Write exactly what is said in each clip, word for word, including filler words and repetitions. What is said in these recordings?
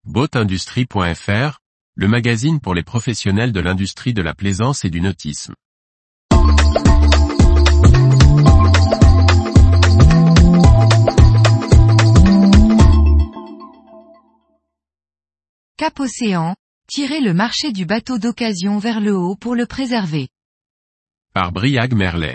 boatindustrie point f r, le magazine pour les professionnels de l'industrie de la plaisance et du nautisme. Cap Océan, tirer le marché du bateau d'occasion vers le haut pour le préserver. Par Briag Merlet.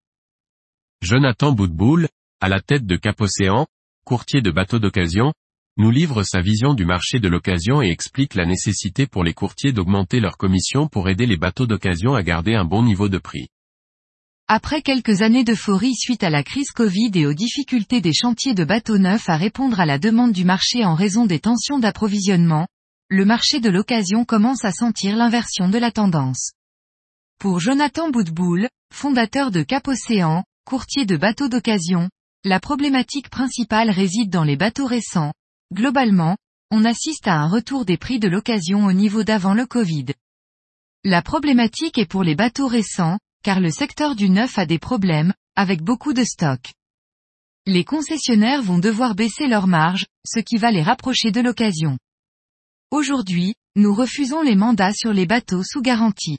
Jonathan Boutboul, à la tête de Cap Océan, courtier de bateaux d'occasion, nous livre sa vision du marché de l'occasion et explique la nécessité pour les courtiers d'augmenter leurs commissions pour aider les bateaux d'occasion à garder un bon niveau de prix. Après quelques années d'euphorie suite à la crise Covid et aux difficultés des chantiers de bateaux neufs à répondre à la demande du marché en raison des tensions d'approvisionnement, le marché de l'occasion commence à sentir l'inversion de la tendance. Pour Jonathan Boutboul, fondateur de Cap Océan, courtier de bateaux d'occasion, la problématique principale réside dans les bateaux récents. Globalement, on assiste à un retour des prix de l'occasion au niveau d'avant le Covid. La problématique est pour les bateaux récents, car le secteur du neuf a des problèmes, avec beaucoup de stocks. Les concessionnaires vont devoir baisser leurs marges, ce qui va les rapprocher de l'occasion. Aujourd'hui, nous refusons les mandats sur les bateaux sous garantie.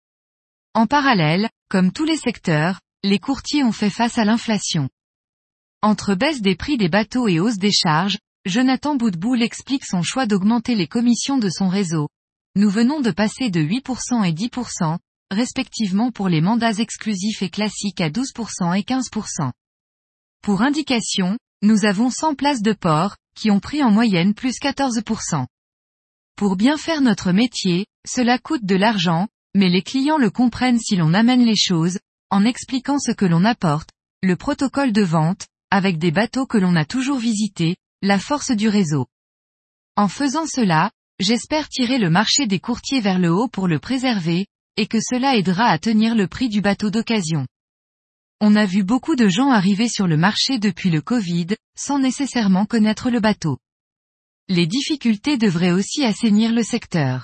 En parallèle, comme tous les secteurs, les courtiers ont fait face à l'inflation. Entre baisse des prix des bateaux et hausse des charges, Jonathan Boutboul explique son choix d'augmenter les commissions de son réseau. Nous venons de passer de huit pour cent et dix pour cent, respectivement pour les mandats exclusifs et classiques à douze pour cent et quinze pour cent. Pour indication, nous avons cent places de port, qui ont pris en moyenne plus quatorze pour cent. Pour bien faire notre métier, cela coûte de l'argent, mais les clients le comprennent si l'on amène les choses, en expliquant ce que l'on apporte, le protocole de vente, avec des bateaux que l'on a toujours visités, la force du réseau. En faisant cela, j'espère tirer le marché des courtiers vers le haut pour le préserver, et que cela aidera à tenir le prix du bateau d'occasion. On a vu beaucoup de gens arriver sur le marché depuis le Covid, sans nécessairement connaître le bateau. Les difficultés devraient aussi assainir le secteur.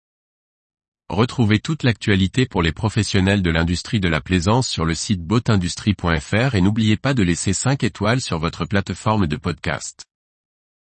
Retrouvez toute l'actualité pour les professionnels de l'industrie de la plaisance sur le site boatindustrie point f r et n'oubliez pas de laisser cinq étoiles sur votre plateforme de podcast.